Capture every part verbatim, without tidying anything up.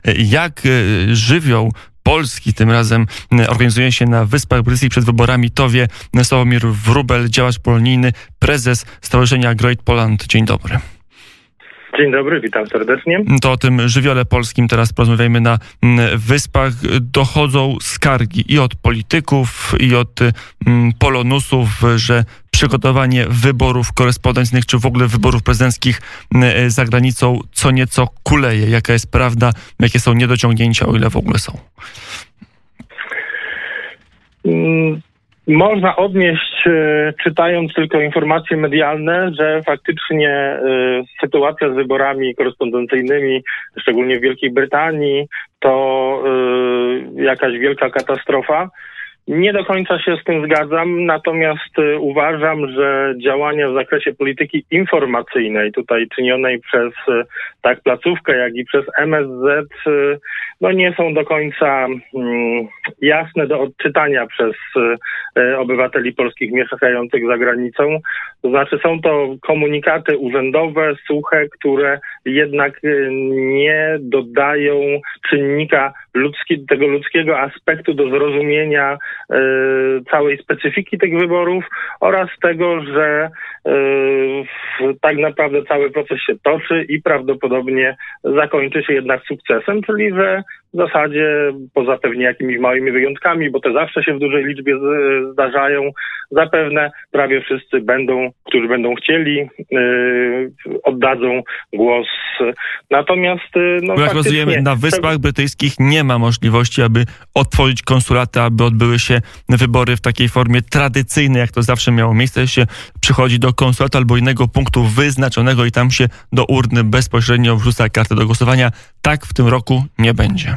Jak żywioł Polski tym razem organizuje się na Wyspach Brytyjskich przed wyborami, to wie Sławomir Wróbel, działacz polonijny, prezes Stowarzyszenia Great Poland. Dzień dobry. Dzień dobry, witam serdecznie. To o tym żywiole polskim teraz porozmawiajmy na Wyspach. Dochodzą skargi i od polityków, i od mm, polonusów, że przygotowanie wyborów korespondencyjnych, czy w ogóle wyborów prezydenckich za granicą co nieco kuleje. Jaka jest prawda, jakie są niedociągnięcia, o ile w ogóle są? Hmm. Można odnieść, czytając tylko informacje medialne, że faktycznie sytuacja z wyborami korespondencyjnymi, szczególnie w Wielkiej Brytanii, to jakaś wielka katastrofa. Nie do końca się z tym zgadzam, natomiast uważam, że działania w zakresie polityki informacyjnej, tutaj czynionej przez tak placówkę, jak i przez M S Z, no nie są do końca mm, jasne do odczytania przez e, obywateli polskich mieszkających za granicą. To znaczy są to komunikaty urzędowe, suche, które jednak nie dodają czynnika ludzki, tego ludzkiego aspektu do zrozumienia e, całej specyfiki tych wyborów oraz tego, że e, tak naprawdę cały proces się toczy i prawdopodobnie zakończy się jednak sukcesem, czyli że w zasadzie poza pewnie jakimiś małymi wyjątkami, bo te zawsze się w dużej liczbie z, zdarzają, zapewne prawie wszyscy będą, którzy będą chcieli, yy, oddadzą głos. Natomiast no bo jak rozumiem, na Wyspach Brytyjskich nie ma możliwości, aby otworzyć konsulaty, aby odbyły się wybory w takiej formie tradycyjnej, jak to zawsze miało miejsce. Się przychodzi do konsulatu albo innego punktu wyznaczonego i tam się do urny bezpośrednio wrzuca kartę do głosowania. Tak w tym roku nie będzie.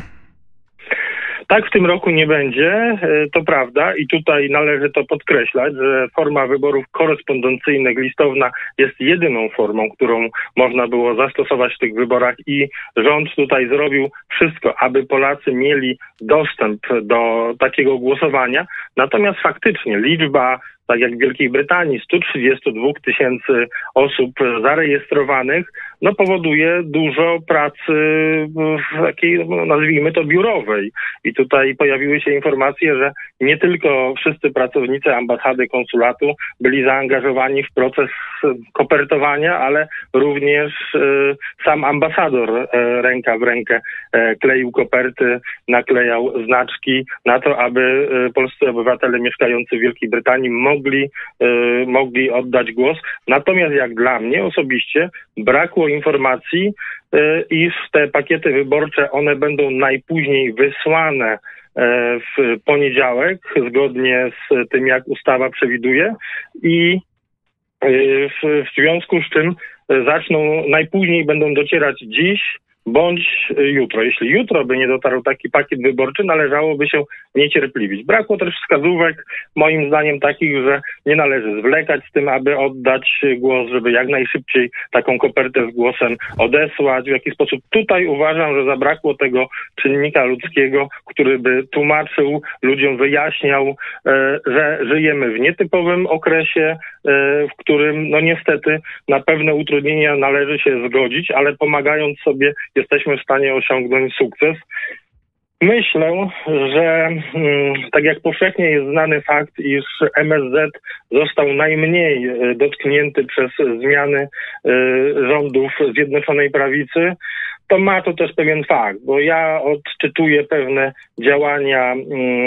Tak w tym roku nie będzie, to prawda i tutaj należy to podkreślać, że forma wyborów korespondencyjnych listowna jest jedyną formą, którą można było zastosować w tych wyborach i rząd tutaj zrobił wszystko, aby Polacy mieli dostęp do takiego głosowania. Natomiast faktycznie liczba, tak jak w Wielkiej Brytanii, sto trzydzieści dwa tysięcy osób zarejestrowanych, no powoduje dużo pracy takiej, no, nazwijmy to, biurowej. I tutaj pojawiły się informacje, że nie tylko wszyscy pracownicy ambasady, konsulatu byli zaangażowani w proces kopertowania, ale również e, sam ambasador e, ręka w rękę e, kleił koperty, naklejał znaczki na to, aby e, polscy obywatele mieszkający w Wielkiej Brytanii mogli, e, mogli oddać głos. Natomiast jak dla mnie osobiście brakło informacji, e, iż te pakiety wyborcze, one będą najpóźniej wysłane e, w poniedziałek, zgodnie z tym, jak ustawa przewiduje i W, w związku z czym zaczną, najpóźniej będą docierać dziś bądź jutro. Jeśli jutro by nie dotarł taki pakiet wyborczy, należałoby się niecierpliwić. Brakło też wskazówek, moim zdaniem, takich, że nie należy zwlekać z tym, aby oddać głos, żeby jak najszybciej taką kopertę z głosem odesłać. W jaki sposób? Tutaj uważam, że zabrakło tego czynnika ludzkiego, który by tłumaczył ludziom, wyjaśniał, że żyjemy w nietypowym okresie, w którym no niestety na pewne utrudnienia należy się zgodzić, ale pomagając sobie jesteśmy w stanie osiągnąć sukces. Myślę, że tak jak powszechnie jest znany fakt, iż M S Z został najmniej dotknięty przez zmiany rządów Zjednoczonej Prawicy, to ma to też pewien fakt, bo ja odczytuję pewne działania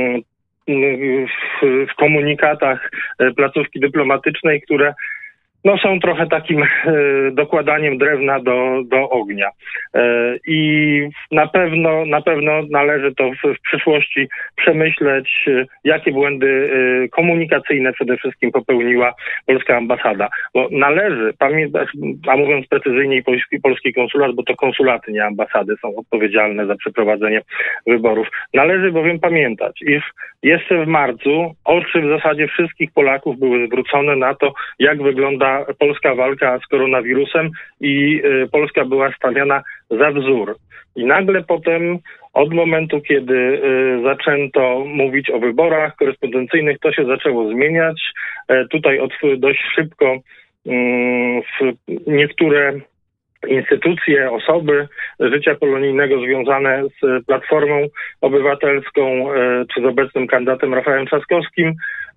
w komunikatach placówki dyplomatycznej, które no są trochę takim e, dokładaniem drewna do, do ognia. E, I na pewno, na pewno należy to w, w przyszłości przemyśleć, e, jakie błędy e, komunikacyjne przede wszystkim popełniła polska ambasada. Bo należy pamiętać, a mówiąc precyzyjniej, polski, polski konsulat, bo to konsulaty, nie ambasady są odpowiedzialne za przeprowadzenie wyborów. Należy bowiem pamiętać, iż jeszcze w marcu oczy w zasadzie wszystkich Polaków były zwrócone na to, jak wygląda polska walka z koronawirusem i y, Polska była stawiana za wzór. I nagle potem, od momentu, kiedy y, zaczęto mówić o wyborach korespondencyjnych, to się zaczęło zmieniać. E, tutaj od, dość szybko y, w niektóre instytucje, osoby życia polonijnego związane z Platformą Obywatelską czy z obecnym kandydatem Rafałem Trzaskowskim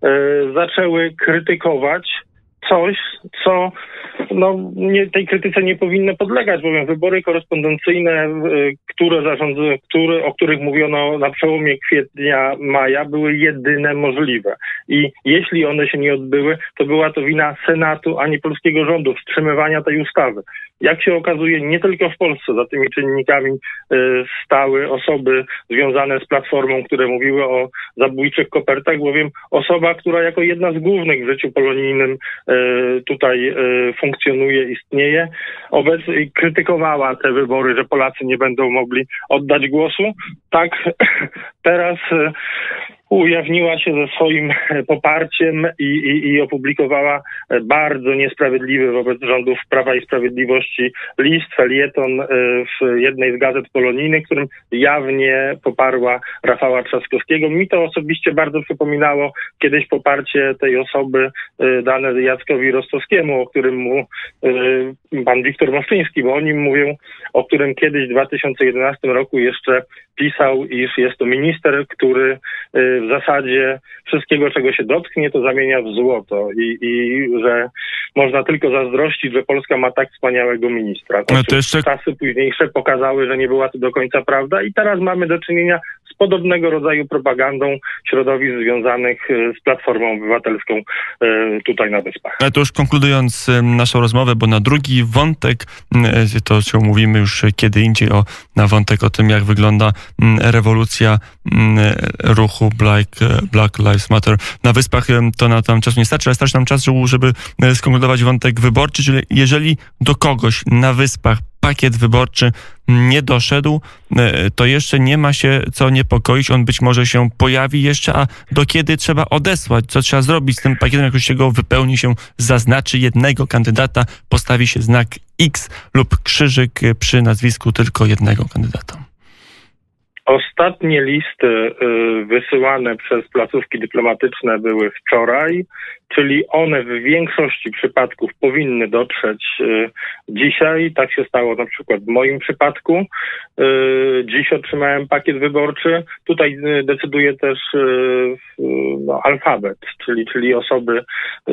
zaczęły krytykować coś, co no, nie, tej krytyce nie powinno podlegać, bowiem wybory korespondencyjne, które zarządza, które, o których mówiono na przełomie kwietnia, maja, były jedyne możliwe. I jeśli one się nie odbyły, to była to wina Senatu, a nie polskiego rządu, wstrzymywania tej ustawy. Jak się okazuje, nie tylko w Polsce za tymi czynnikami y, stały osoby związane z Platformą, które mówiły o zabójczych kopertach, bowiem osoba, która jako jedna z głównych w życiu polonijnym y, tutaj y, funkcjonuje, istnieje, obecnie krytykowała te wybory, że Polacy nie będą mogli oddać głosu. Tak teraz y, ujawniła się ze swoim poparciem i, i, i opublikowała bardzo niesprawiedliwy wobec rządów Prawa i Sprawiedliwości list, felieton w jednej z gazet polonijnych, którym jawnie poparła Rafała Trzaskowskiego. Mi to osobiście bardzo przypominało kiedyś poparcie tej osoby dane Jackowi Rostowskiemu, o którym mu pan Wiktor Moszczyński, bo o nim mówią, o którym kiedyś w dwa tysiące jedenastym roku jeszcze pisał, iż jest to minister, który w zasadzie wszystkiego, czego się dotknie, to zamienia w złoto i, i że można tylko zazdrościć, że Polska ma tak wspaniałego ministra. To, no to jeszcze... Czasy późniejsze pokazały, że nie była to do końca prawda i teraz mamy do czynienia z podobnego rodzaju propagandą środowisk związanych z Platformą Obywatelską tutaj na Wyspach. Ale to już konkludując naszą rozmowę, bo na drugi wątek, to się mówimy już kiedy indziej, o, na wątek o tym, jak wygląda rewolucja ruchu Black, Black Lives Matter na Wyspach, to na tam czasu nie starczy, ale starczy nam czasu, żeby skonkludować wątek wyborczy, czyli jeżeli do kogoś na Wyspach pakiet wyborczy nie doszedł, to jeszcze nie ma się co niepokoić. On być może się pojawi jeszcze, a do kiedy trzeba odesłać? Co trzeba zrobić z tym pakietem, jak już się go wypełni, się zaznaczy jednego kandydata, postawi się znak X lub krzyżyk przy nazwisku tylko jednego kandydata? Ostatnie listy wysyłane przez placówki dyplomatyczne były wczoraj, czyli one w większości przypadków powinny dotrzeć dzisiaj. Tak się stało na przykład w moim przypadku. Dziś otrzymałem pakiet wyborczy. Tutaj decyduje też no, alfabet, czyli, czyli osoby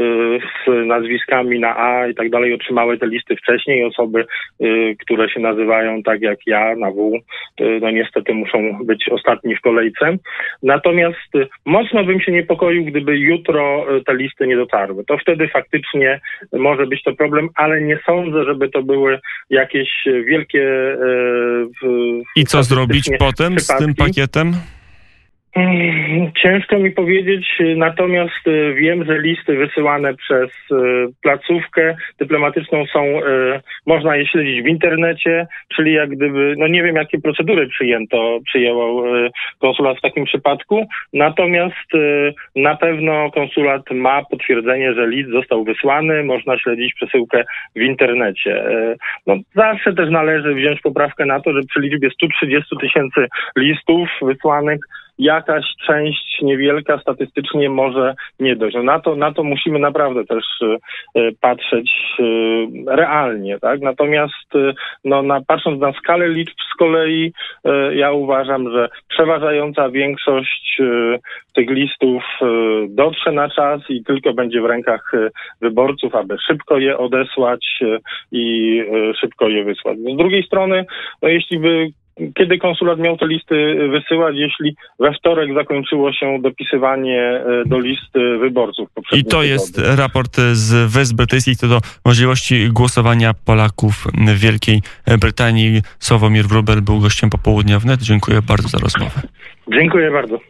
z nazwiskami na A i tak dalej otrzymały te listy wcześniej. Osoby, które się nazywają tak jak ja, na W, no niestety muszą być ostatni w kolejce. Natomiast mocno bym się niepokoił, gdyby jutro te listy nie dotarły. To wtedy faktycznie może być to problem, ale nie sądzę, żeby to były jakieś wielkie... E, I co zrobić potem przypadki. Z tym pakietem? Ciężko mi powiedzieć, natomiast wiem, że listy wysyłane przez placówkę dyplomatyczną są, można je śledzić w internecie, czyli jak gdyby, no nie wiem jakie procedury przyjęto, przyjęło konsulat w takim przypadku, natomiast na pewno konsulat ma potwierdzenie, że list został wysłany, można śledzić przesyłkę w internecie. No, zawsze też należy wziąć poprawkę na to, że przy liczbie stu trzydziestu tysięcy listów wysłanych jakaś część niewielka statystycznie może nie dojść. No na to, na to musimy naprawdę też y, patrzeć y, realnie, tak? Natomiast y, no, na, patrząc na skalę liczb z kolei y, ja uważam, że przeważająca większość y, tych listów y, dotrze na czas i tylko będzie w rękach y, wyborców, aby szybko je odesłać y, i y, szybko je wysłać. Z drugiej strony, no, jeśli by kiedy konsulat miał te listy wysyłać, jeśli we wtorek zakończyło się dopisywanie do listy wyborców? I to jest raport z Wysp Brytyjskich co do możliwości głosowania Polaków w Wielkiej Brytanii. Sławomir Wróbel był gościem Popołudnia Wnet. Dziękuję bardzo za rozmowę. Dziękuję bardzo.